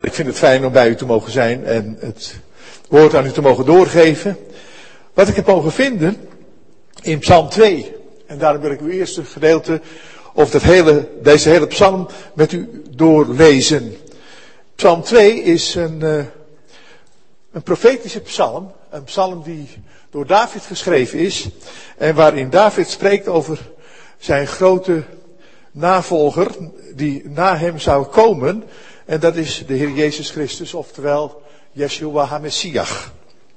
Ik vind het fijn om bij u te mogen zijn en het woord aan u te mogen doorgeven. Wat ik heb mogen vinden in Psalm 2. En daarom wil ik uw eerste gedeelte, of deze hele psalm met u doorlezen. Psalm 2 is een profetische psalm. Een psalm die door David geschreven is. En waarin David spreekt over zijn grote navolger die na hem zou komen. En dat is de Heer Jezus Christus, oftewel Yeshua HaMessiach.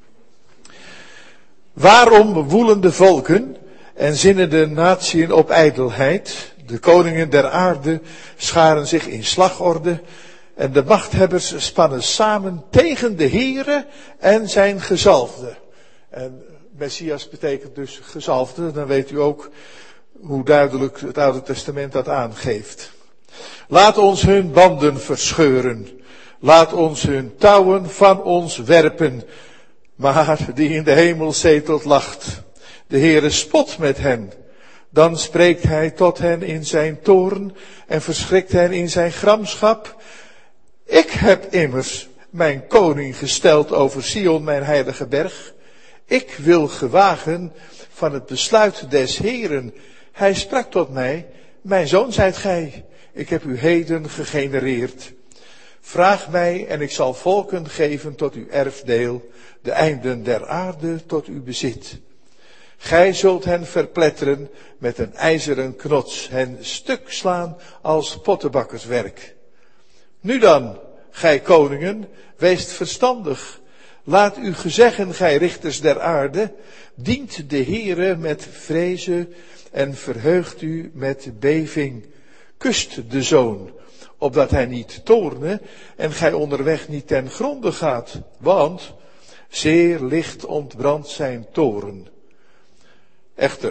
Waarom woelen de volken en zinnen de natieën op ijdelheid? De koningen der aarde scharen zich in slagorde. En de machthebbers spannen samen tegen de Heere en zijn gezalfde. En Messias betekent dus gezalfde. Dan weet u ook hoe duidelijk het Oude Testament dat aangeeft. Laat ons hun banden verscheuren. Laat ons hun touwen van ons werpen. Maar die in de hemel zetelt lacht. De Heere spot met hen. Dan spreekt hij tot hen in zijn toorn en verschrikt hen in zijn gramschap. Ik heb immers mijn koning gesteld over Sion, mijn heilige berg. Ik wil gewagen van het besluit des Heeren. Hij sprak tot mij, mijn zoon zijt gij. Ik heb u heden gegenereerd. Vraag mij en ik zal volken geven tot uw erfdeel, de einden der aarde tot uw bezit. Gij zult hen verpletteren met een ijzeren knots, hen stuk slaan als pottenbakkerswerk. Nu dan, gij koningen, weest verstandig. Laat u gezeggen, gij richters der aarde, dient de Heere met vrezen en verheugt u met beving. Kust de zoon, opdat hij niet toorne en gij onderweg niet ten gronde gaat, want zeer licht ontbrandt zijn toorn. Echter,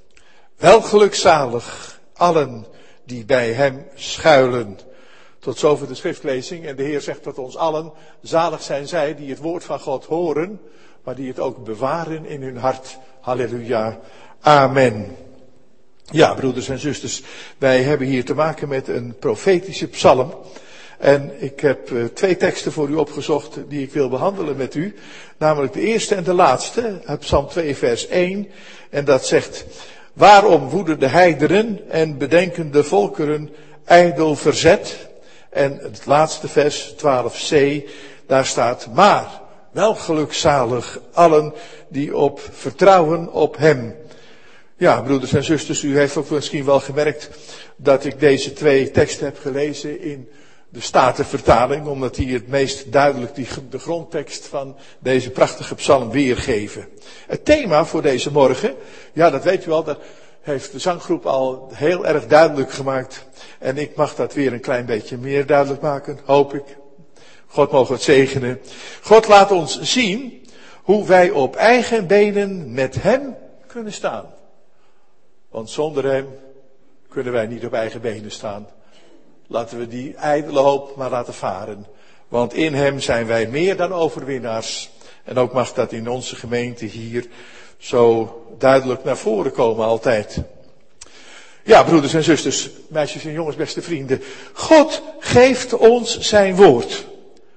welgelukzalig allen die bij hem schuilen. Tot zover de schriftlezing. En de Heer zegt tot ons allen, zalig zijn zij die het woord van God horen, maar die het ook bewaren in hun hart. Halleluja. Amen. Ja, broeders en zusters, wij hebben hier te maken met een profetische psalm. En ik heb 2 teksten voor u opgezocht die ik wil behandelen met u. Namelijk de eerste en de laatste, uit Psalm 2 vers 1. En dat zegt, waarom woeden de heidenen en bedenken de volkeren ijdel verzet? En het laatste vers, 12c, daar staat, maar welgelukzalig allen die op vertrouwen op hem. Ja, broeders en zusters, u heeft ook misschien wel gemerkt dat ik deze 2 teksten heb gelezen in de Statenvertaling, omdat die het meest duidelijk de grondtekst van deze prachtige psalm weergeven. Het thema voor deze morgen, ja dat weet u al, dat heeft de zanggroep al heel erg duidelijk gemaakt. En ik mag dat weer een klein beetje meer duidelijk maken, hoop ik. God mogen het zegenen. God laat ons zien hoe wij op eigen benen met hem kunnen staan. Want zonder hem kunnen wij niet op eigen benen staan. Laten we die ijdele hoop maar laten varen. Want in hem zijn wij meer dan overwinnaars. En ook mag dat in onze gemeente hier zo duidelijk naar voren komen altijd. Ja, broeders en zusters, meisjes en jongens, beste vrienden. God geeft ons zijn woord.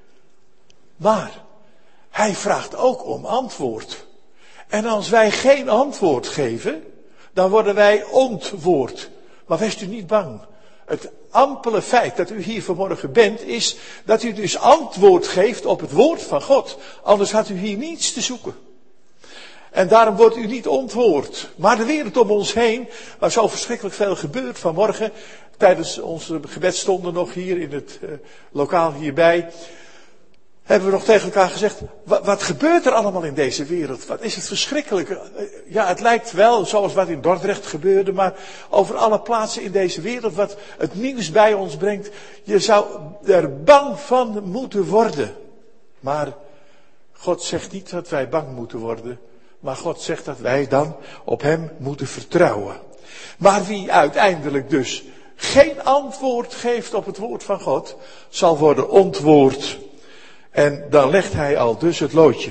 Maar hij vraagt ook om antwoord. En als wij geen antwoord geven, dan worden wij ontwoord. Maar wees u niet bang. Het ampele feit dat u hier vanmorgen bent, is dat u dus antwoord geeft op het woord van God. Anders had u hier niets te zoeken. En daarom wordt u niet ontwoord. Maar de wereld om ons heen, waar zo verschrikkelijk veel gebeurt vanmorgen, tijdens onze gebedsstonden nog hier in het lokaal hierbij, hebben we nog tegen elkaar gezegd, wat gebeurt er allemaal in deze wereld? Wat is het verschrikkelijk? Ja, het lijkt wel zoals wat in Dordrecht gebeurde, maar over alle plaatsen in deze wereld, wat het nieuws bij ons brengt, je zou er bang van moeten worden. Maar God zegt niet dat wij bang moeten worden, maar God zegt dat wij dan op hem moeten vertrouwen. Maar wie uiteindelijk dus geen antwoord geeft op het woord van God, zal worden ontwoord. En dan legt hij al dus het loodje.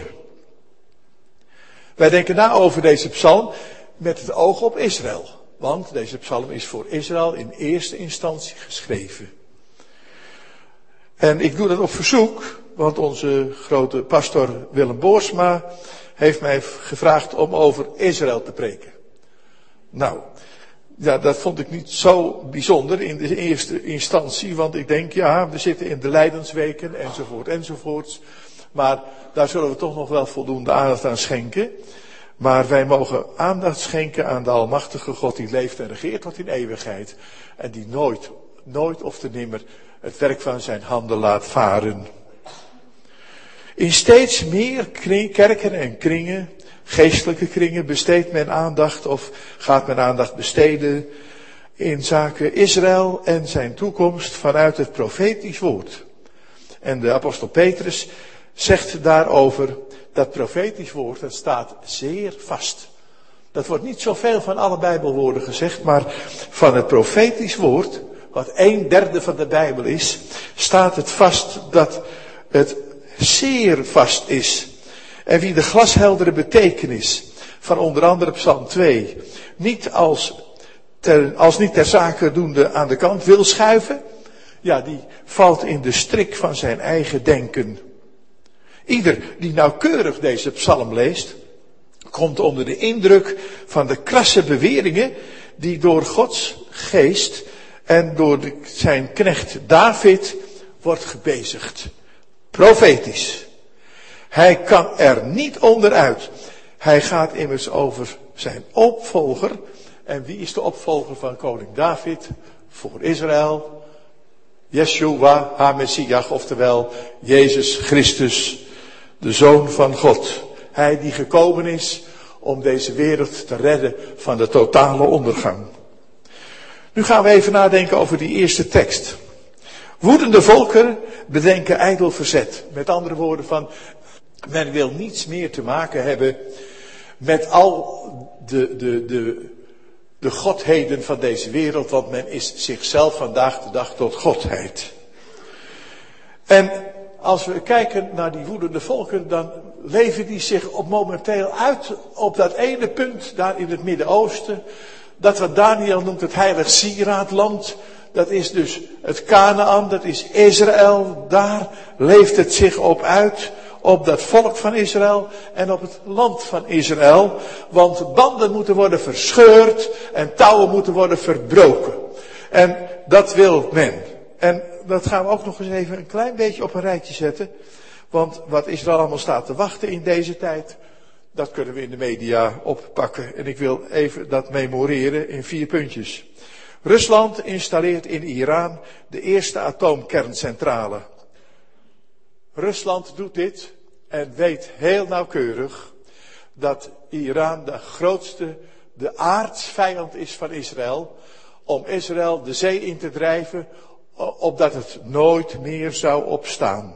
Wij denken na over deze psalm met het oog op Israël. Want deze psalm is voor Israël in eerste instantie geschreven. En ik doe dat op verzoek, want onze grote pastor Willem Boersma heeft mij gevraagd om over Israël te preken. Nou, ja, dat vond ik niet zo bijzonder in de eerste instantie, want ik denk, ja, we zitten in de Lijdensweken enzovoorts. Maar daar zullen we toch nog wel voldoende aandacht aan schenken. Maar wij mogen aandacht schenken aan de Almachtige God die leeft en regeert tot in eeuwigheid. En die nooit of te nimmer het werk van zijn handen laat varen. In steeds meer kerken en kringen, geestelijke kringen, besteedt men aandacht of gaat men aandacht besteden in zaken Israël en zijn toekomst vanuit het profetisch woord. En de apostel Petrus zegt daarover, dat profetisch woord, dat staat zeer vast. Dat wordt niet zoveel van alle Bijbelwoorden gezegd, maar van het profetisch woord, wat 1/3 van de Bijbel is, staat het vast dat het zeer vast is. En wie de glasheldere betekenis van onder andere Psalm 2 niet als niet ter zake doende aan de kant wil schuiven, ja, die valt in de strik van zijn eigen denken. Ieder die nauwkeurig deze psalm leest, komt onder de indruk van de krasse beweringen die door Gods geest en door zijn knecht David wordt gebezigd. Profetisch. Hij kan er niet onderuit. Hij gaat immers over zijn opvolger. En wie is de opvolger van koning David voor Israël? Yeshua HaMessiach, oftewel Jezus Christus, de Zoon van God. Hij die gekomen is om deze wereld te redden van de totale ondergang. Nu gaan we even nadenken over die eerste tekst. Woedende volkeren bedenken ijdel verzet. Met andere woorden men wil niets meer te maken hebben met al de godheden van deze wereld, want men is zichzelf vandaag de dag tot godheid. En als we kijken naar die woedende volken, dan leven die zich momenteel uit op dat ene punt daar in het Midden-Oosten. Dat wat Daniel noemt het heilig sieraadland. Dat is dus het Kanaan, dat is Israël. Daar leeft het zich op uit. Op dat volk van Israël en op het land van Israël. Want banden moeten worden verscheurd en touwen moeten worden verbroken. En dat wil men. En dat gaan we ook nog eens even een klein beetje op een rijtje zetten. Want wat Israël allemaal staat te wachten in deze tijd, dat kunnen we in de media oppakken. En ik wil even dat memoreren in 4 puntjes. Rusland installeert in Iran de eerste atoomkerncentrale. Rusland doet dit en weet heel nauwkeurig dat Iran de aardsvijand is van Israël. Om Israël de zee in te drijven, opdat het nooit meer zou opstaan.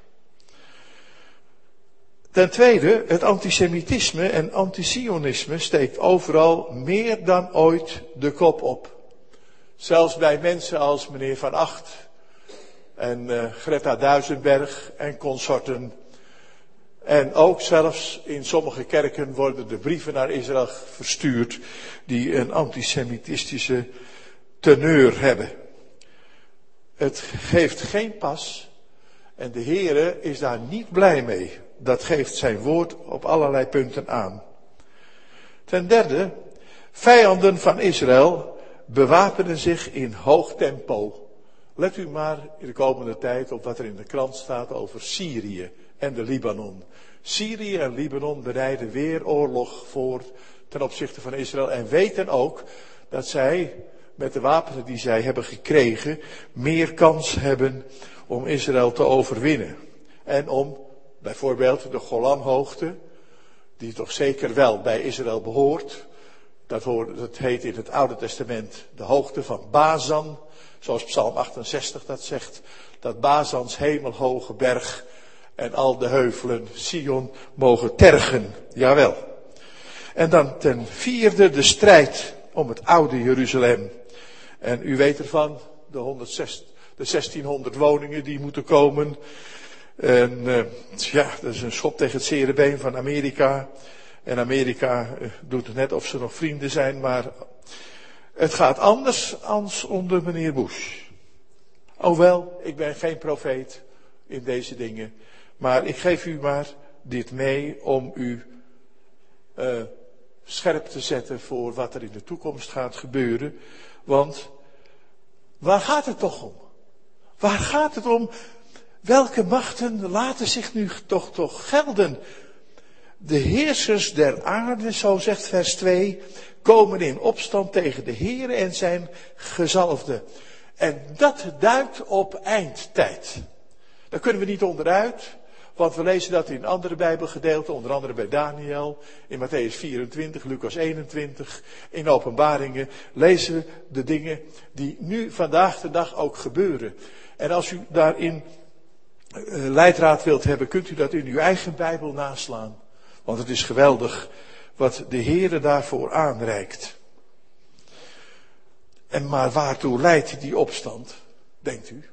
Ten tweede, het antisemitisme en antisionisme steekt overal meer dan ooit de kop op. Zelfs bij mensen als meneer Van Acht en Greta Duisenberg en consorten. En ook zelfs in sommige kerken worden de brieven naar Israël verstuurd die een antisemitistische teneur hebben. Het geeft geen pas en de Heere is daar niet blij mee. Dat geeft zijn woord op allerlei punten aan. Ten derde, vijanden van Israël bewapenen zich in hoog tempo. Let u maar in de komende tijd op wat er in de krant staat over Syrië en de Libanon. Syrië en Libanon bereiden weer oorlog voor ten opzichte van Israël en weten ook dat zij met de wapenen die zij hebben gekregen meer kans hebben om Israël te overwinnen. En om bijvoorbeeld de Golanhoogte, die toch zeker wel bij Israël behoort. Dat heet in het Oude Testament de hoogte van Bazan. Zoals Psalm 68 dat zegt. Dat Bazans hemelhoge berg en al de heuvelen Sion mogen tergen. Jawel. En dan ten vierde de strijd om het oude Jeruzalem. En u weet ervan, de 1600 woningen die moeten komen. En dat is een schop tegen het zere been van Amerika. En Amerika doet het net of ze nog vrienden zijn, maar het gaat anders als onder meneer Bush. Hoewel, ik ben geen profeet in deze dingen. Maar ik geef u maar dit mee om u scherp te zetten voor wat er in de toekomst gaat gebeuren. Want waar gaat het toch om? Waar gaat het om? Welke machten laten zich nu toch gelden? De heersers der aarde, zo zegt vers 2, komen in opstand tegen de Heere en zijn gezalfde. En dat duidt op eindtijd. Daar kunnen we niet onderuit, want we lezen dat in andere Bijbelgedeelten, onder andere bij Daniel, in Matthäus 24, Lucas 21, in Openbaringen, lezen we de dingen die nu vandaag de dag ook gebeuren. En als u daarin leidraad wilt hebben, kunt u dat in uw eigen Bijbel naslaan. Want het is geweldig wat de Heere daarvoor aanreikt. En maar waartoe leidt die opstand, denkt u?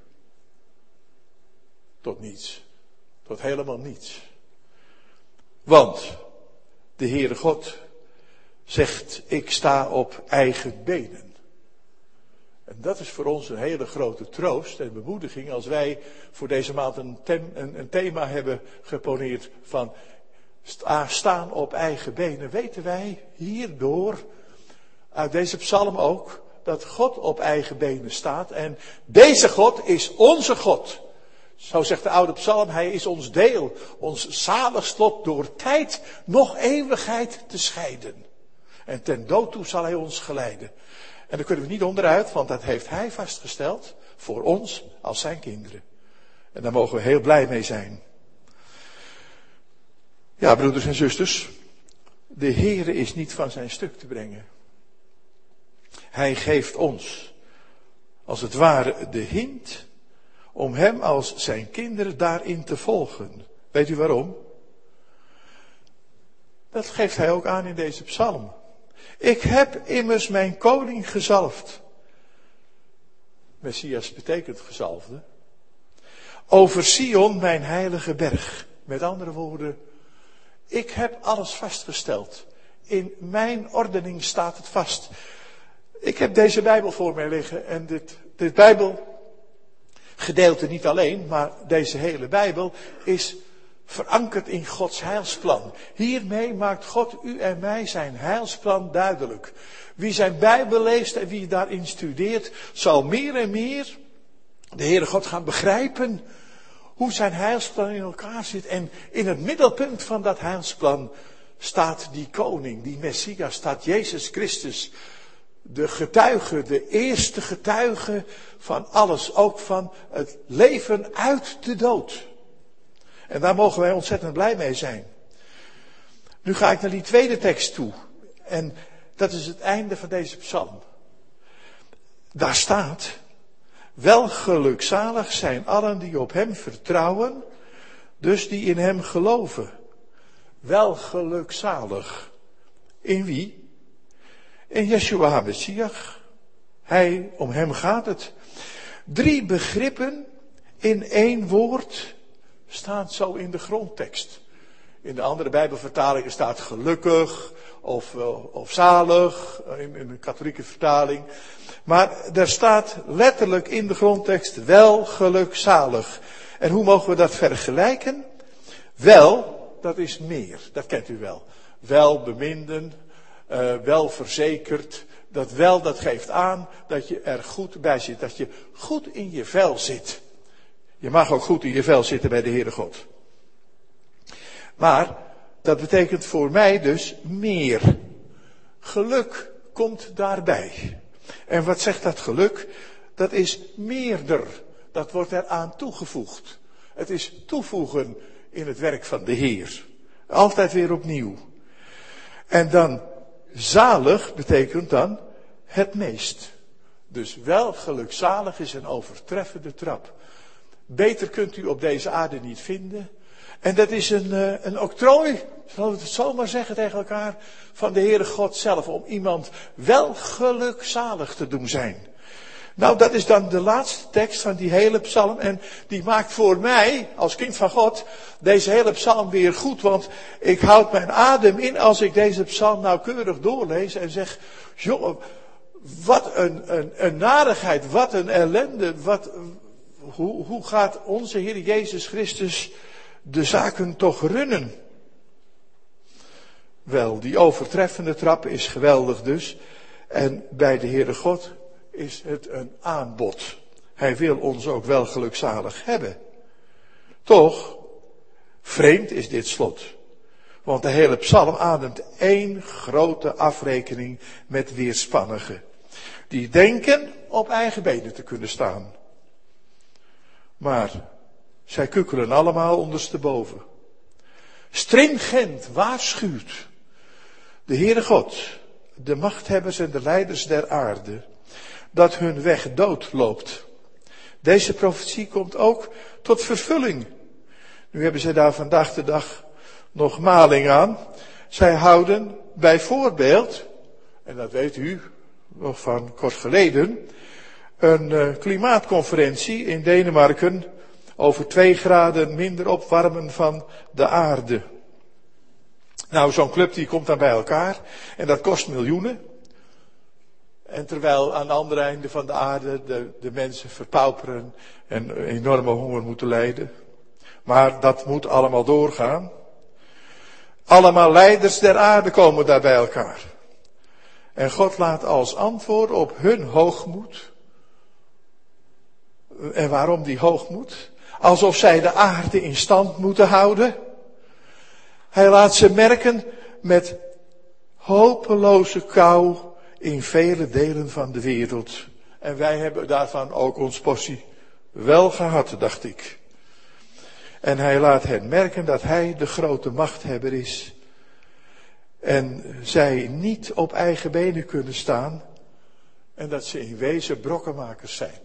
Tot niets. Tot helemaal niets. Want de Heere God zegt, ik sta op eigen benen. En dat is voor ons een hele grote troost en bemoediging als wij voor deze maand een thema hebben geponeerd van staan op eigen benen. Weten wij hierdoor, uit deze psalm ook, dat God op eigen benen staat. En deze God is onze God. Zo zegt de oude psalm, hij is ons deel, ons zaligslot door tijd nog eeuwigheid te scheiden. En ten dood toe zal hij ons geleiden. En daar kunnen we niet onderuit, want dat heeft hij vastgesteld voor ons als zijn kinderen. En daar mogen we heel blij mee zijn. Ja, broeders en zusters, de Heere is niet van zijn stuk te brengen. Hij geeft ons, als het ware, de hint om hem als zijn kinderen daarin te volgen. Weet u waarom? Dat geeft hij ook aan in deze psalm. Ik heb immers mijn koning gezalfd. Messias betekent gezalfde. Over Sion, mijn heilige berg. Met andere woorden, ik heb alles vastgesteld. In mijn ordening staat het vast. Ik heb deze Bijbel voor mij liggen en dit Bijbelgedeelte niet alleen, maar deze hele Bijbel is verankerd in Gods heilsplan. Hiermee maakt God u en mij zijn heilsplan duidelijk. Wie zijn Bijbel leest en wie daarin studeert, zal meer en meer de Heere God gaan begrijpen hoe zijn heilsplan in elkaar zit. En in het middelpunt van dat heilsplan staat die koning, die Messias, staat Jezus Christus. De getuige, de eerste getuige van alles, ook van het leven uit de dood. En daar mogen wij ontzettend blij mee zijn. Nu ga ik naar die tweede tekst toe. En dat is het einde van deze psalm. Daar staat, welgelukzalig zijn allen die op hem vertrouwen, dus die in hem geloven. Welgelukzalig. In wie? In Yeshua HaMashiach. Om hem gaat het. 3 begrippen in 1 woord staan zo in de grondtekst. In de andere Bijbelvertalingen staat gelukkig of zalig, in de katholieke vertaling. Maar er staat letterlijk in de grondtekst welgelukzalig. En hoe mogen we dat vergelijken? Wel, dat is meer, dat kent u wel. Welbeminden, welverzekerd. Dat geeft aan dat je er goed bij zit. Dat je goed in je vel zit. Je mag ook goed in je vel zitten bij de Heere God. Maar dat betekent voor mij dus meer. Geluk komt daarbij. En wat zegt dat geluk? Dat is meerder. Dat wordt eraan toegevoegd. Het is toevoegen in het werk van de Heer. Altijd weer opnieuw. En dan zalig betekent dan het meest. Dus wel gelukzalig is een overtreffende trap. Beter kunt u op deze aarde niet vinden. En dat is een octrooi, zullen we het zo maar zeggen tegen elkaar, van de Heere God zelf. Om iemand wel gelukzalig te doen zijn. Nou, dat is dan de laatste tekst van die hele psalm. En die maakt voor mij, als kind van God, deze hele psalm weer goed. Want ik houd mijn adem in als ik deze psalm nauwkeurig doorlees en zeg, jongen, wat een narigheid, wat een ellende, hoe gaat onze Heer Jezus Christus de zaken toch runnen? Wel, die overtreffende trap is geweldig dus. En bij de Heere God is het een aanbod. Hij wil ons ook wel gelukzalig hebben. Toch, vreemd is dit slot. Want de hele psalm ademt één grote afrekening met weerspannigen. Die denken op eigen benen te kunnen staan. Maar zij kukkelen allemaal ondersteboven. Stringent waarschuwt de Heere God, de machthebbers en de leiders der aarde, dat hun weg dood loopt. Deze profetie komt ook tot vervulling. Nu hebben zij daar vandaag de dag nog maling aan. Zij houden bijvoorbeeld, en dat weet u nog van kort geleden, een klimaatconferentie in Denemarken over 2 graden minder opwarmen van de aarde. Nou, zo'n club die komt dan bij elkaar en dat kost miljoenen. En terwijl aan de andere einde van de aarde de mensen verpauperen en enorme honger moeten lijden. Maar dat moet allemaal doorgaan. Allemaal leiders der aarde komen daar bij elkaar. En God laat als antwoord op hun hoogmoed. En waarom die hoogmoed? Alsof zij de aarde in stand moeten houden. Hij laat ze merken met hopeloze kou in vele delen van de wereld. En wij hebben daarvan ook ons portie wel gehad, dacht ik. En hij laat hen merken dat hij de grote machthebber is. En zij niet op eigen benen kunnen staan. En dat ze in wezen brokkenmakers zijn.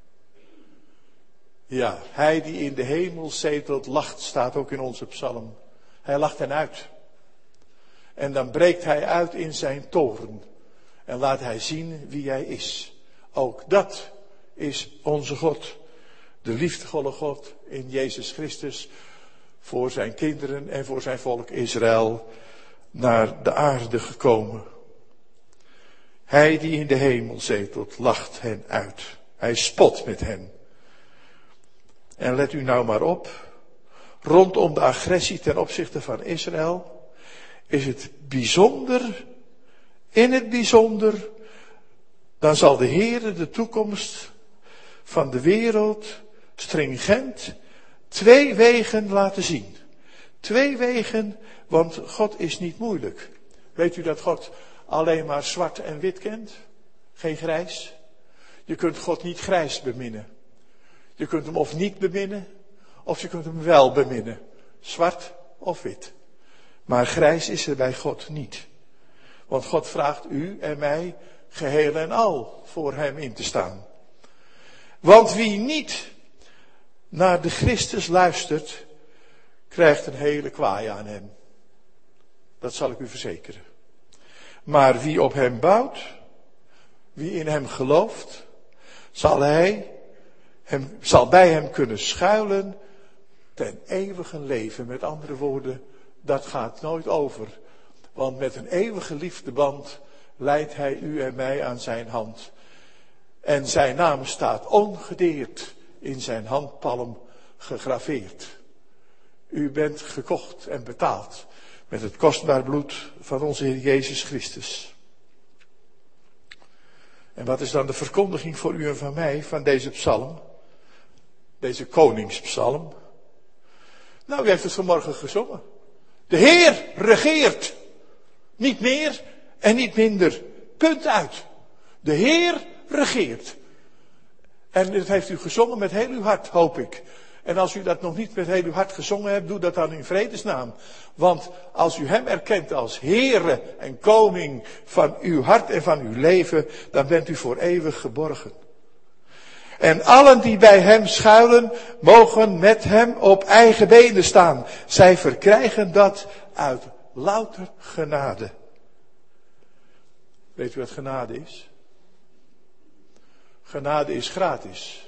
Ja, hij die in de hemel zetelt lacht, staat ook in onze psalm. Hij lacht hen uit. En dan breekt hij uit in zijn toorn. En laat hij zien wie hij is. Ook dat is onze God. De liefdevolle God in Jezus Christus. Voor zijn kinderen en voor zijn volk Israël naar de aarde gekomen. Hij die in de hemel zetelt, lacht hen uit. Hij spot met hen. En let u nou maar op. Rondom de agressie ten opzichte van Israël is het bijzonder, in het bijzonder, dan zal de Heere de toekomst van de wereld stringent 2 wegen laten zien. 2 wegen, want God is niet moeilijk. Weet u dat God alleen maar zwart en wit kent? Geen grijs? Je kunt God niet grijs beminnen. Je kunt hem of niet beminnen, of je kunt hem wel beminnen. Zwart of wit. Maar grijs is er bij God niet. Want God vraagt u en mij geheel en al voor hem in te staan. Want wie niet naar de Christus luistert, krijgt een hele kwaai aan hem. Dat zal ik u verzekeren. Maar wie op hem bouwt, wie in hem gelooft, zal bij hem kunnen schuilen ten eeuwige leven. Met andere woorden, dat gaat nooit over. Want met een eeuwige liefdeband leidt hij u en mij aan zijn hand. En zijn naam staat ongedeerd in zijn handpalm gegraveerd. U bent gekocht en betaald met het kostbaar bloed van onze Heer Jezus Christus. En wat is dan de verkondiging voor u en van mij van deze psalm? Deze koningspsalm. Nou, u heeft het vanmorgen gezongen. De Heer regeert. Niet meer en niet minder. Punt uit. De Heer regeert. En dit heeft u gezongen met heel uw hart, hoop ik. En als u dat nog niet met heel uw hart gezongen hebt, doe dat dan in vredesnaam. Want als u hem erkent als Heere en Koning van uw hart en van uw leven, dan bent u voor eeuwig geborgen. En allen die bij hem schuilen, mogen met hem op eigen benen staan. Zij verkrijgen dat uit louter genade. Weet u wat genade is? Genade is gratis.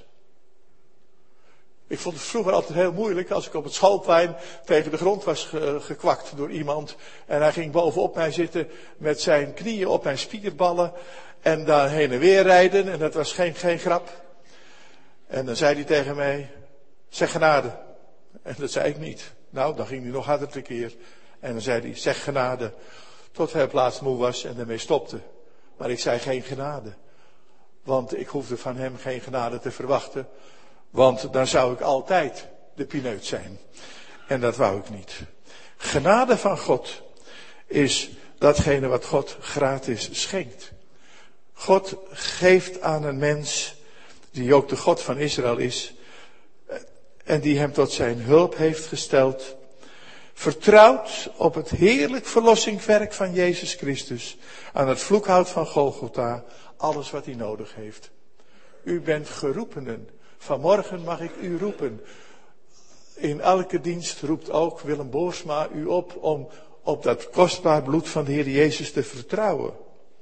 Ik vond het vroeger altijd heel moeilijk als ik op het schoolplein tegen de grond was gekwakt door iemand. En hij ging bovenop mij zitten met zijn knieën op mijn spierballen en daar heen en weer rijden. En dat was geen grap. En dan zei hij tegen mij, zeg genade. En dat zei ik niet. Nou, dan ging hij nog harder tekeer. En dan zei hij, zeg genade. Tot hij op laatst moe was en ermee stopte. Maar ik zei geen genade. Want ik hoefde van hem geen genade te verwachten. Want dan zou ik altijd de pineut zijn. En dat wou ik niet. Genade van God is datgene wat God gratis schenkt. God geeft aan een mens, die ook de God van Israël is, en die hem tot zijn hulp heeft gesteld, vertrouwd op het heerlijk verlossingswerk van Jezus Christus, aan het vloekhout van Golgotha, alles wat hij nodig heeft. U bent geroepenen. Vanmorgen mag ik u roepen. In elke dienst roept ook Willem Boersma u op om op dat kostbaar bloed van de Heer Jezus te vertrouwen.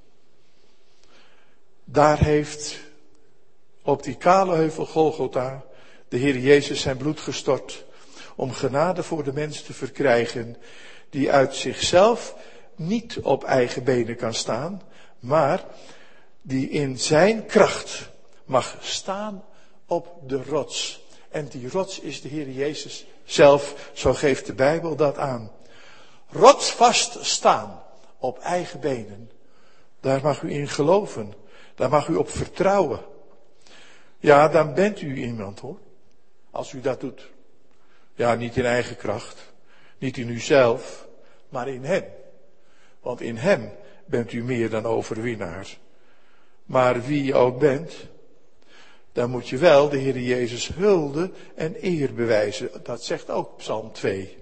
Daar heeft op die kale heuvel Golgotha de Heer Jezus zijn bloed gestort om genade voor de mens te verkrijgen die uit zichzelf niet op eigen benen kan staan, maar die in zijn kracht mag staan op de rots. En die rots is de Heer Jezus zelf, zo geeft de Bijbel dat aan. Rotsvast staan op eigen benen. Daar mag u in geloven. Daar mag u op vertrouwen. Ja, dan bent u iemand hoor. Als u dat doet. Ja, niet in eigen kracht. Niet in uzelf. Maar in hem. Want in hem bent u meer dan overwinnaar. Maar wie je ook bent, dan moet je wel de Heer Jezus hulde en eer bewijzen. Dat zegt ook Psalm 2.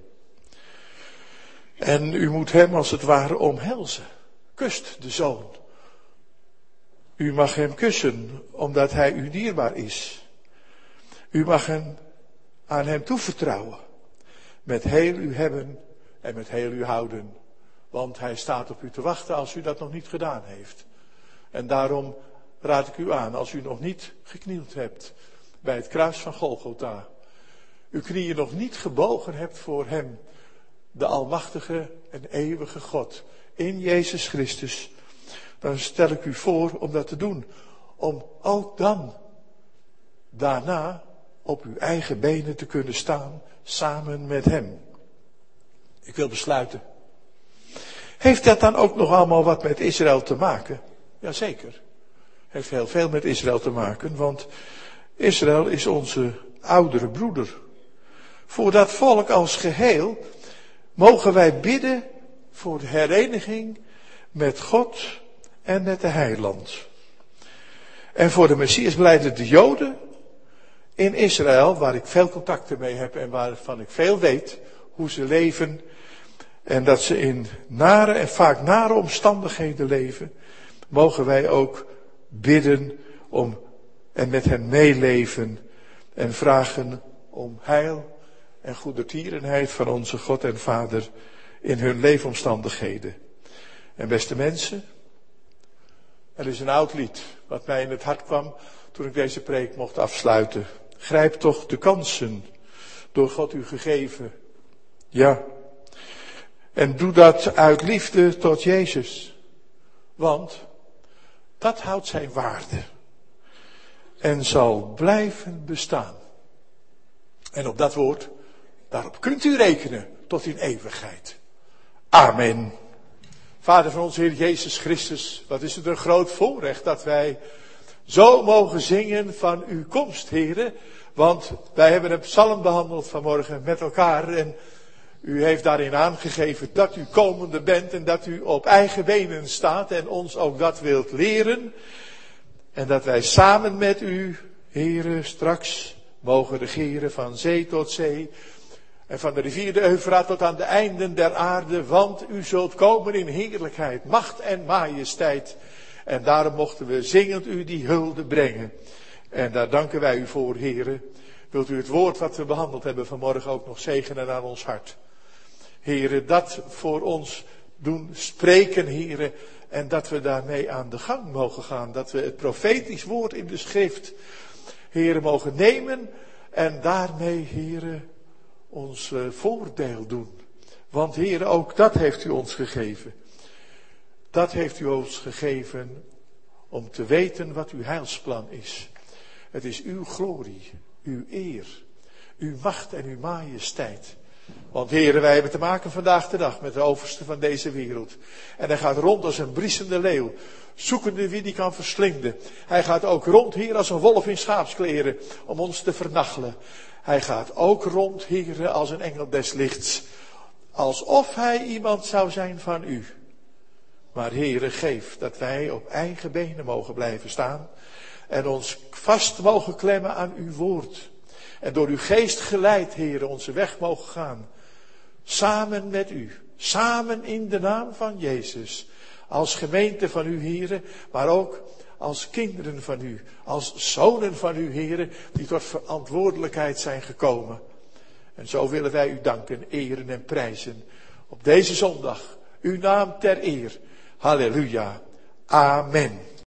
En u moet hem als het ware omhelzen. Kust de Zoon. U mag hem kussen, omdat hij u dierbaar is. U mag hem aan hem toevertrouwen. Met heel uw hebben en met heel uw houden. Want hij staat op u te wachten als u dat nog niet gedaan heeft. En daarom raad ik u aan, als u nog niet geknield hebt bij het kruis van Golgotha. Uw knieën nog niet gebogen hebt voor hem, de almachtige en eeuwige God, in Jezus Christus. Dan stel ik u voor om dat te doen. Om ook dan, daarna, op uw eigen benen te kunnen staan, samen met hem. Ik wil besluiten. Heeft dat dan ook nog allemaal wat met Israël te maken? Jazeker. Heeft heel veel met Israël te maken, want Israël is onze oudere broeder. Voor dat volk als geheel mogen wij bidden voor de hereniging met God en met de heiland. En voor de Messias blijden de Joden in Israël, waar ik veel contacten mee heb en waarvan ik veel weet hoe ze leven. En dat ze in nare en vaak nare omstandigheden leven, mogen wij ook bidden om en met hen meeleven en vragen om heil en goedertierenheid van onze God en Vader in hun leefomstandigheden. En beste mensen, er is een oud lied wat mij in het hart kwam toen ik deze preek mocht afsluiten. Grijp toch de kansen door God u gegeven. Ja. En doe dat uit liefde tot Jezus. Want dat houdt zijn waarde. En zal blijven bestaan. En op dat woord, daarop kunt u rekenen tot in eeuwigheid. Amen. Vader van onze Heer Jezus Christus, wat is het een groot voorrecht dat wij zo mogen zingen van uw komst, Heere. Want wij hebben een psalm behandeld vanmorgen met elkaar en u heeft daarin aangegeven dat u komende bent en dat u op eigen benen staat en ons ook dat wilt leren. En dat wij samen met u, Heere, straks mogen regeren van zee tot zee. En van de rivier de Eufraat tot aan de einden der aarde. Want u zult komen in heerlijkheid, macht en majesteit. En daarom mochten we zingend u die hulde brengen. En daar danken wij u voor, Heere. Wilt u het woord wat we behandeld hebben vanmorgen ook nog zegenen aan ons hart. Heere, dat voor ons doen spreken, Heere. En dat we daarmee aan de gang mogen gaan. Dat we het profetisch woord in de schrift, Heere, mogen nemen. En daarmee, Heere, ons voordeel doen. Want Heere, ook dat heeft u ons gegeven. Dat heeft u ons gegeven om te weten wat uw heilsplan is. Het is uw glorie, uw eer, uw macht en uw majesteit. Want heren, wij hebben te maken vandaag de dag met de overste van deze wereld. En hij gaat rond als een briesende leeuw, zoekende wie die kan verslinden. Hij gaat ook rond, Heer, als een wolf in schaapskleren, om ons te vernachelen. Hij gaat ook rond, Heer, als een engel des lichts, alsof hij iemand zou zijn van u. Maar Heere, geef dat wij op eigen benen mogen blijven staan en ons vast mogen klemmen aan uw woord. En door uw geest geleid, Heere, onze weg mogen gaan. Samen met u, samen in de naam van Jezus. Als gemeente van u, Heere, maar ook als kinderen van u, als zonen van u, Heere, die tot verantwoordelijkheid zijn gekomen. En zo willen wij u danken, eren en prijzen op deze zondag. Uw naam ter eer. Halleluja. Amen.